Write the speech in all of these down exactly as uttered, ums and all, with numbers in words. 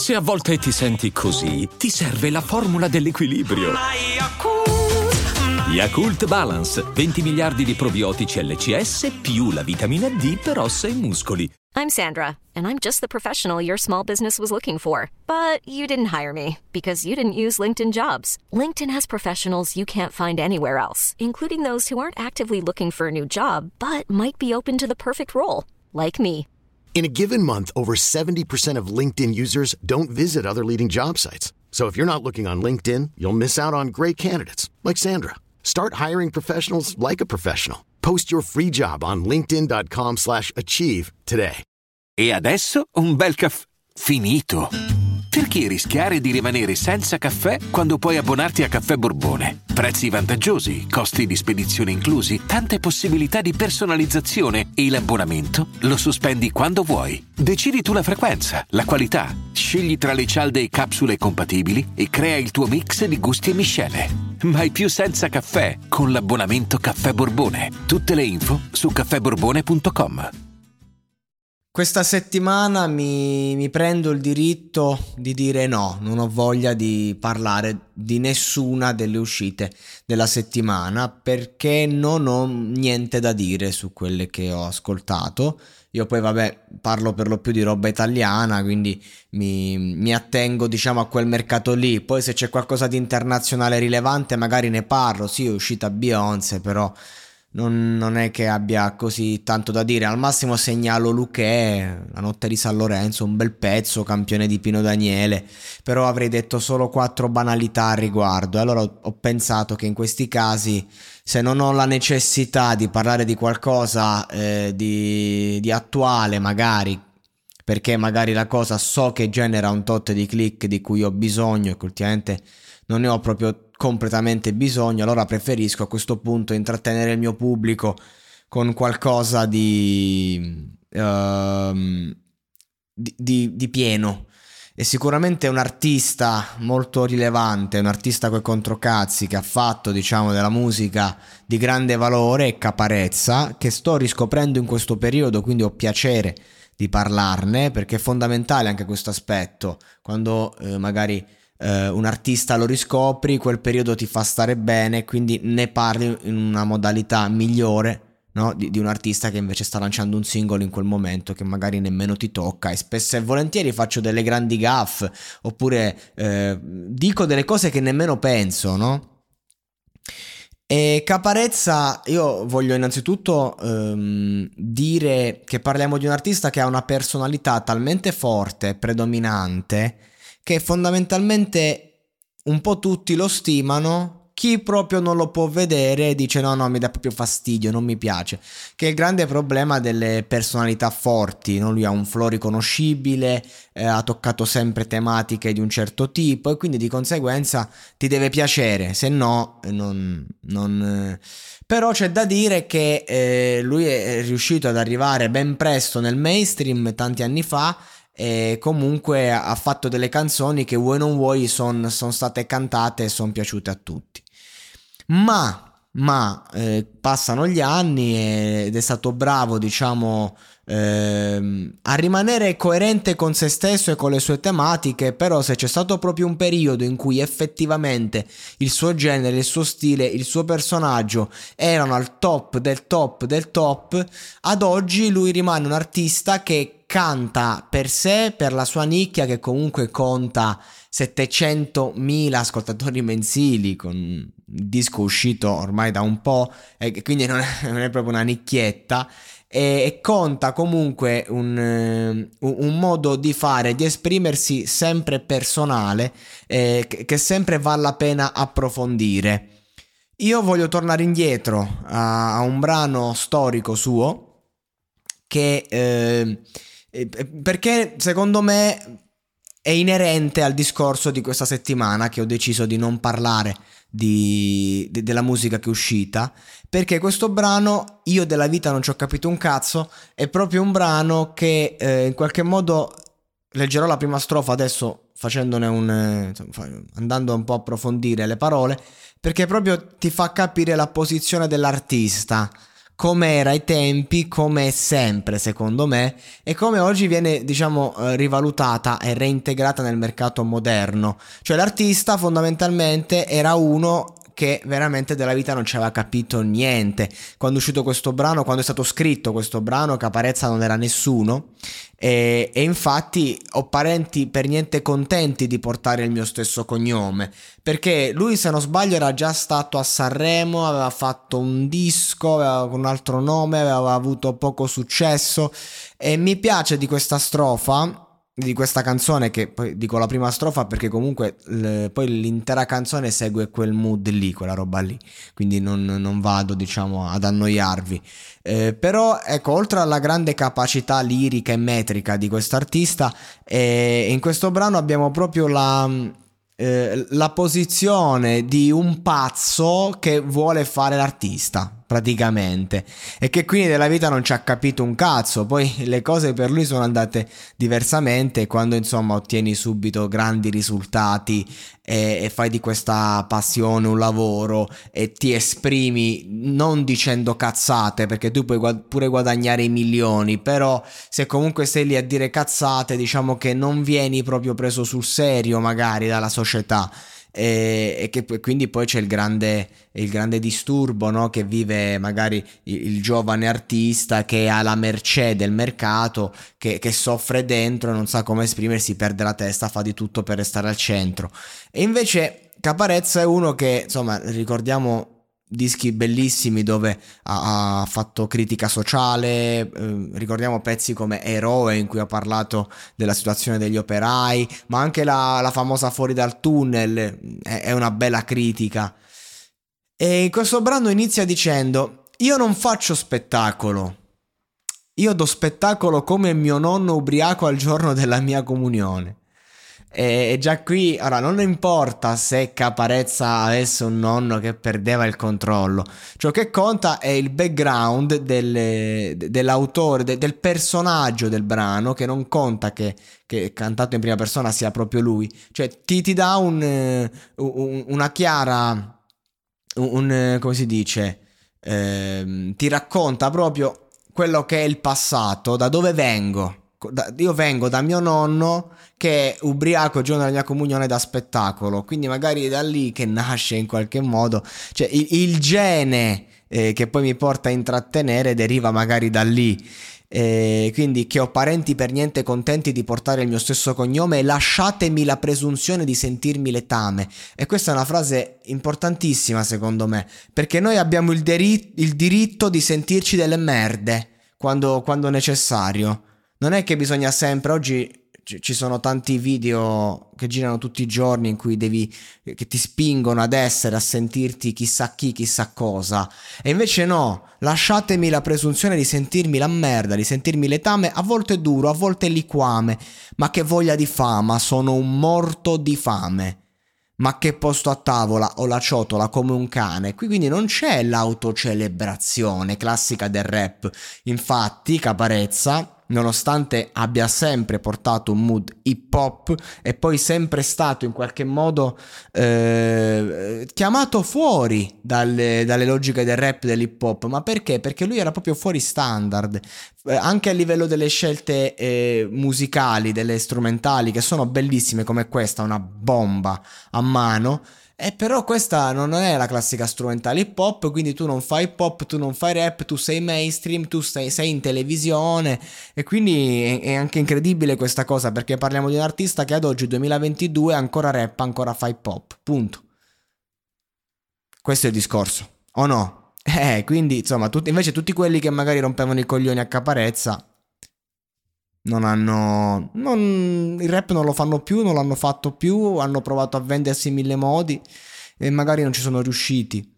Se a volte ti senti così, ti serve la formula dell'equilibrio. Yakult Balance, venti miliardi di probiotici L C S più la vitamina D per ossa e muscoli. I'm Sandra, and I'm just the professional your small business was looking for. But you didn't hire me because you didn't use LinkedIn Jobs. LinkedIn has professionals you can't find anywhere else, including those who aren't actively looking for a new job, but might be open to the perfect role, like me. In a given month, over seventy percent of LinkedIn users don't visit other leading job sites. So if you're not looking on LinkedIn, you'll miss out on great candidates like Sandra. Start hiring professionals like a professional. Post your free job on linkedin.com slash achieve today. E adesso un bel caffè finito. Perché rischiare di rimanere senza caffè quando puoi abbonarti a Caffè Borbone? Prezzi vantaggiosi, costi di spedizione inclusi, tante possibilità di personalizzazione e l'abbonamento lo sospendi quando vuoi. Decidi tu la frequenza, la qualità, scegli tra le cialde e capsule compatibili e crea il tuo mix di gusti e miscele. Mai più senza caffè con l'abbonamento Caffè Borbone. Tutte le info su caffè borbone punto com. Questa settimana mi, mi prendo il diritto di dire no, non ho voglia di parlare di nessuna delle uscite della settimana perché non ho niente da dire su quelle che ho ascoltato. Io poi vabbè parlo per lo più di roba italiana, quindi mi, mi attengo diciamo a quel mercato lì. Poi se c'è qualcosa di internazionale rilevante magari ne parlo. Sì, è uscita Beyoncé, però Non, non è che abbia così tanto da dire. Al massimo segnalo Luché, La notte di San Lorenzo, un bel pezzo, campione di Pino Daniele, però avrei detto solo quattro banalità al riguardo. Allora ho, ho pensato che in questi casi, se non ho la necessità di parlare di qualcosa eh, di, di attuale magari, perché magari la cosa so che genera un tot di click di cui ho bisogno e che ultimamente non ne ho proprio completamente bisogno, allora preferisco a questo punto intrattenere il mio pubblico con qualcosa di, uh, di, di, di pieno. E sicuramente un artista molto rilevante, un artista coi controcazzi che ha fatto diciamo della musica di grande valore è Caparezza, che sto riscoprendo in questo periodo, quindi ho piacere di parlarne perché è fondamentale anche questo aspetto. Quando eh, magari Uh, un artista lo riscopri, quel periodo ti fa stare bene, quindi ne parli in una modalità migliore, no? di, di un artista che invece sta lanciando un singolo in quel momento che magari nemmeno ti tocca, e spesso e volentieri faccio delle grandi gaffe oppure uh, dico delle cose che nemmeno penso, no? E Caparezza, io voglio innanzitutto um, dire che parliamo di un artista che ha una personalità talmente forte, predominante, che fondamentalmente un po' tutti lo stimano. Chi proprio non lo può vedere dice no no mi dà proprio fastidio, non mi piace, che è il grande problema delle personalità forti, no? Lui ha un flow riconoscibile, eh, ha toccato sempre tematiche di un certo tipo e quindi di conseguenza ti deve piacere, se no non... non eh. Però c'è da dire che eh, lui è riuscito ad arrivare ben presto nel mainstream tanti anni fa e comunque ha fatto delle canzoni che vuoi non vuoi sono son state cantate e sono piaciute a tutti. Ma, ma eh, passano gli anni ed è stato bravo, diciamo, eh, a rimanere coerente con se stesso e con le sue tematiche. Però se c'è stato proprio un periodo in cui effettivamente il suo genere, il suo stile, il suo personaggio erano al top del top del top, ad oggi lui rimane un artista che canta per sé, per la sua nicchia che comunque conta settecentomila ascoltatori mensili, con un disco uscito ormai da un po' e quindi non è, non è proprio una nicchietta, e, e conta comunque un, un, un modo di fare, di esprimersi sempre personale, eh, che, che sempre vale la pena approfondire. Io voglio tornare indietro a, a un brano storico suo che eh, perché secondo me è inerente al discorso di questa settimana, che ho deciso di non parlare di, di, della musica che è uscita, perché questo brano, Io della vita non ci ho capito un cazzo, è proprio un brano che eh, in qualche modo, leggerò la prima strofa adesso facendone un eh, insomma, andando un po' a approfondire le parole, perché proprio ti fa capire la posizione dell'artista, come era ai tempi, come è sempre secondo me, e come oggi viene, diciamo, eh, rivalutata e reintegrata nel mercato moderno. Cioè l'artista fondamentalmente era uno che veramente della vita non ci aveva capito niente. Quando è uscito questo brano, quando è stato scritto questo brano, Caparezza non era nessuno, e, e infatti ho parenti per niente contenti di portare il mio stesso cognome, perché lui, se non sbaglio, era già stato a Sanremo, aveva fatto un disco, aveva un altro nome, aveva avuto poco successo, e mi piace di questa strofa, di questa canzone, che poi dico la prima strofa perché comunque le, poi l'intera canzone segue quel mood lì, quella roba lì, quindi non, non vado, diciamo, ad annoiarvi, eh, però ecco, oltre alla grande capacità lirica e metrica di quest'artista, eh, in questo brano abbiamo proprio la, eh, la posizione di un pazzo che vuole fare l'artista praticamente, e che quindi della vita non ci ha capito un cazzo. Poi le cose per lui sono andate diversamente quando, insomma, ottieni subito grandi risultati e, e fai di questa passione un lavoro e ti esprimi non dicendo cazzate, perché tu puoi guad- pure guadagnare i milioni, però se comunque sei lì a dire cazzate, diciamo che non vieni proprio preso sul serio magari dalla società. E, e che quindi poi c'è il grande, il grande disturbo, no? Che vive magari il, il giovane artista che è alla mercé del mercato, che, che soffre dentro, non sa come esprimersi, perde la testa, fa di tutto per restare al centro. E invece Caparezza è uno che, insomma, ricordiamo dischi bellissimi dove ha, ha fatto critica sociale, eh, ricordiamo pezzi come Eroe, in cui ha parlato della situazione degli operai, ma anche la, la famosa Fuori dal tunnel è, è una bella critica. E in questo brano inizia dicendo: io non faccio spettacolo, io do spettacolo come mio nonno ubriaco al giorno della mia comunione. E già qui, ora, non importa se Caparezza avesse un nonno che perdeva il controllo, ciò che conta è il background del, dell'autore, de, del personaggio del brano, che non conta che, che cantato in prima persona sia proprio lui, cioè ti, ti dà un, un, una chiara, un, come si dice, eh, ti racconta proprio quello che è il passato, da dove vengo. Io vengo da mio nonno che è ubriaco il giorno della mia comunione da spettacolo, quindi magari è da lì che nasce in qualche modo, cioè il, il gene eh, che poi mi porta a intrattenere deriva magari da lì, eh, quindi che ho parenti per niente contenti di portare il mio stesso cognome, lasciatemi la presunzione di sentirmi letame. E questa è una frase importantissima secondo me, perché noi abbiamo il, deri- il diritto di sentirci delle merde quando, quando necessario. Non è che bisogna sempre, oggi ci sono tanti video che girano tutti i giorni in cui devi, che ti spingono ad essere, a sentirti chissà chi, chissà cosa, e invece no, lasciatemi la presunzione di sentirmi la merda, di sentirmi letame, a volte è duro, a volte è liquame, ma che voglia di fama, sono un morto di fame. Ma che posto a tavola, ho la ciotola come un cane. Qui quindi non c'è l'autocelebrazione classica del rap. Infatti Caparezza, nonostante abbia sempre portato un mood hip hop, è poi sempre stato in qualche modo eh, chiamato fuori dalle, dalle logiche del rap, dell'hip hop. Ma perché? Perché lui era proprio fuori standard, eh, anche a livello delle scelte eh, musicali, delle strumentali, che sono bellissime, come questa, una bomba a mano. E però questa non è la classica strumentale hip hop, quindi tu non fai hip hop, tu non fai rap, tu sei mainstream, tu sei, sei in televisione, e quindi è, è anche incredibile questa cosa, perché parliamo di un artista che ad oggi, duemilaventidue, ancora rappa, ancora fa hip hop, punto. Questo è il discorso, o no? Eh, quindi insomma, tutti, invece tutti quelli che magari rompevano i coglioni a Caparezza non hanno, non, il rap non lo fanno più, non l'hanno fatto più, hanno provato a vendersi in mille modi e magari non ci sono riusciti.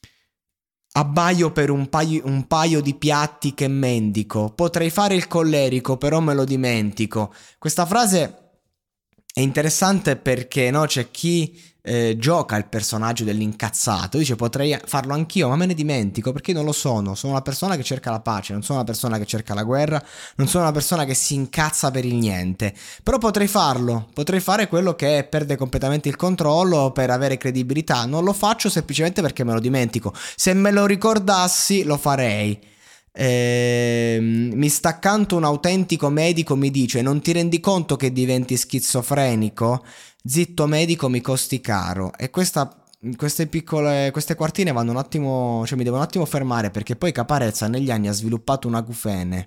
Abbaio per un paio, un paio di piatti che mendico, potrei fare il collerico però me lo dimentico. Questa frase è interessante perché, no, c'è chi eh, gioca il personaggio dell'incazzato, dice potrei farlo anch'io ma me ne dimentico, perché non lo sono, sono una persona che cerca la pace, non sono una persona che cerca la guerra, non sono una persona che si incazza per il niente, però potrei farlo, potrei fare quello che perde completamente il controllo per avere credibilità, non lo faccio semplicemente perché me lo dimentico, se me lo ricordassi lo farei. Eh, mi sta accanto un autentico medico, mi dice: non ti rendi conto che diventi schizofrenico? Zitto medico, mi costi caro. E questa, queste piccole, queste quartine vanno un attimo, cioè mi devo un attimo fermare, perché poi Caparezza negli anni ha sviluppato un acufene.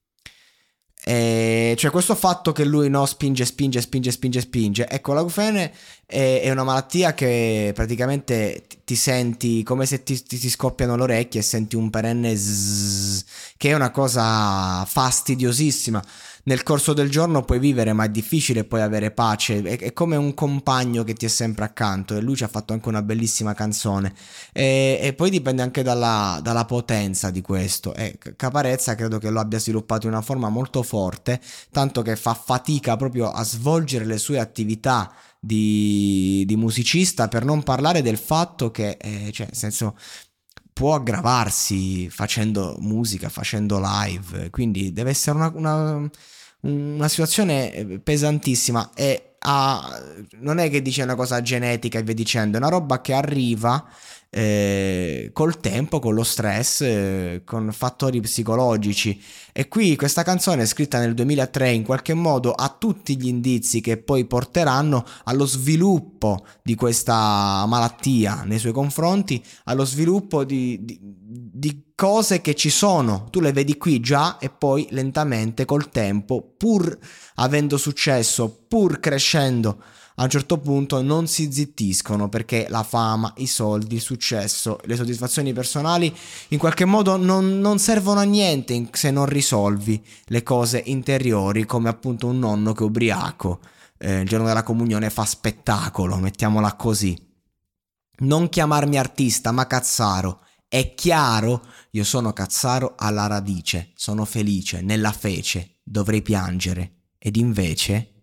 E cioè questo fatto che lui no spinge spinge spinge spinge spinge, ecco, l'acufene è, è una malattia che praticamente ti, ti senti come se ti, ti, ti scoppiano le orecchie e senti un perenne zzz, che è una cosa fastidiosissima. Nel corso del giorno puoi vivere, ma è difficile poi avere pace, è, è come un compagno che ti è sempre accanto, e lui ci ha fatto anche una bellissima canzone. E, e poi dipende anche dalla, dalla potenza di questo, e Caparezza credo che lo abbia sviluppato in una forma molto forte, tanto che fa fatica proprio a svolgere le sue attività di, di musicista, per non parlare del fatto che eh, cioè nel senso può aggravarsi facendo musica, facendo live, quindi deve essere una, una, una situazione pesantissima, e ha, non è che dice una cosa genetica e via dicendo, è una roba che arriva eh, col tempo, con lo stress, eh, con fattori psicologici. E qui questa canzone, scritta nel duemilatré, in qualche modo ha tutti gli indizi che poi porteranno allo sviluppo di questa malattia nei suoi confronti, allo sviluppo di, di, di cose che ci sono, tu le vedi qui già, e poi lentamente col tempo, pur avendo successo, pur crescendo, a un certo punto non si zittiscono, perché la fama, i soldi, il successo, le soddisfazioni personali in qualche modo non, non servono a niente se non risolvi le cose interiori, come appunto un nonno che ubriaco eh, il giorno della comunione fa spettacolo, mettiamola così. Non chiamarmi artista ma Cazzaro, è chiaro, io sono Cazzaro alla radice, sono felice nella fece, dovrei piangere ed invece